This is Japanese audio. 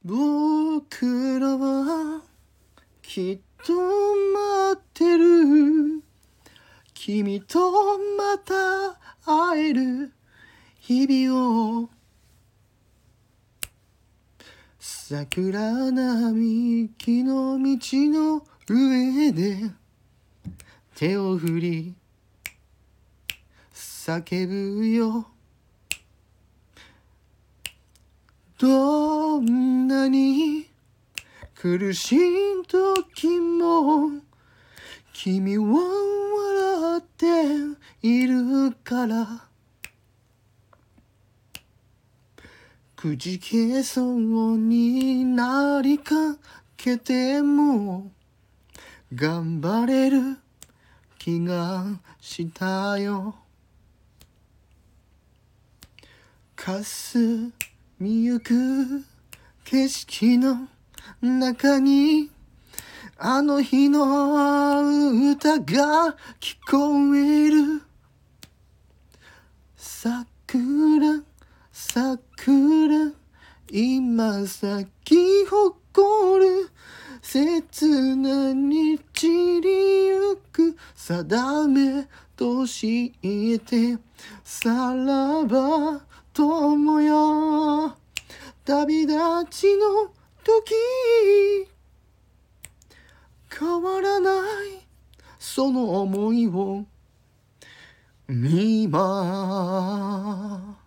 僕らはきっと待ってる。君とまた会える日々を。桜並木の道の上で手を振り叫ぶよ。どんなに苦しい時も君は笑っているから。くじけそうになりかけても頑張れる気がしたよ。霞みゆく景色の中にあの日の歌が聞こえる。桜桜今咲き誇る切なに散りゆく定めとしてさらば友よ。旅立ちの時変わらないその想いを今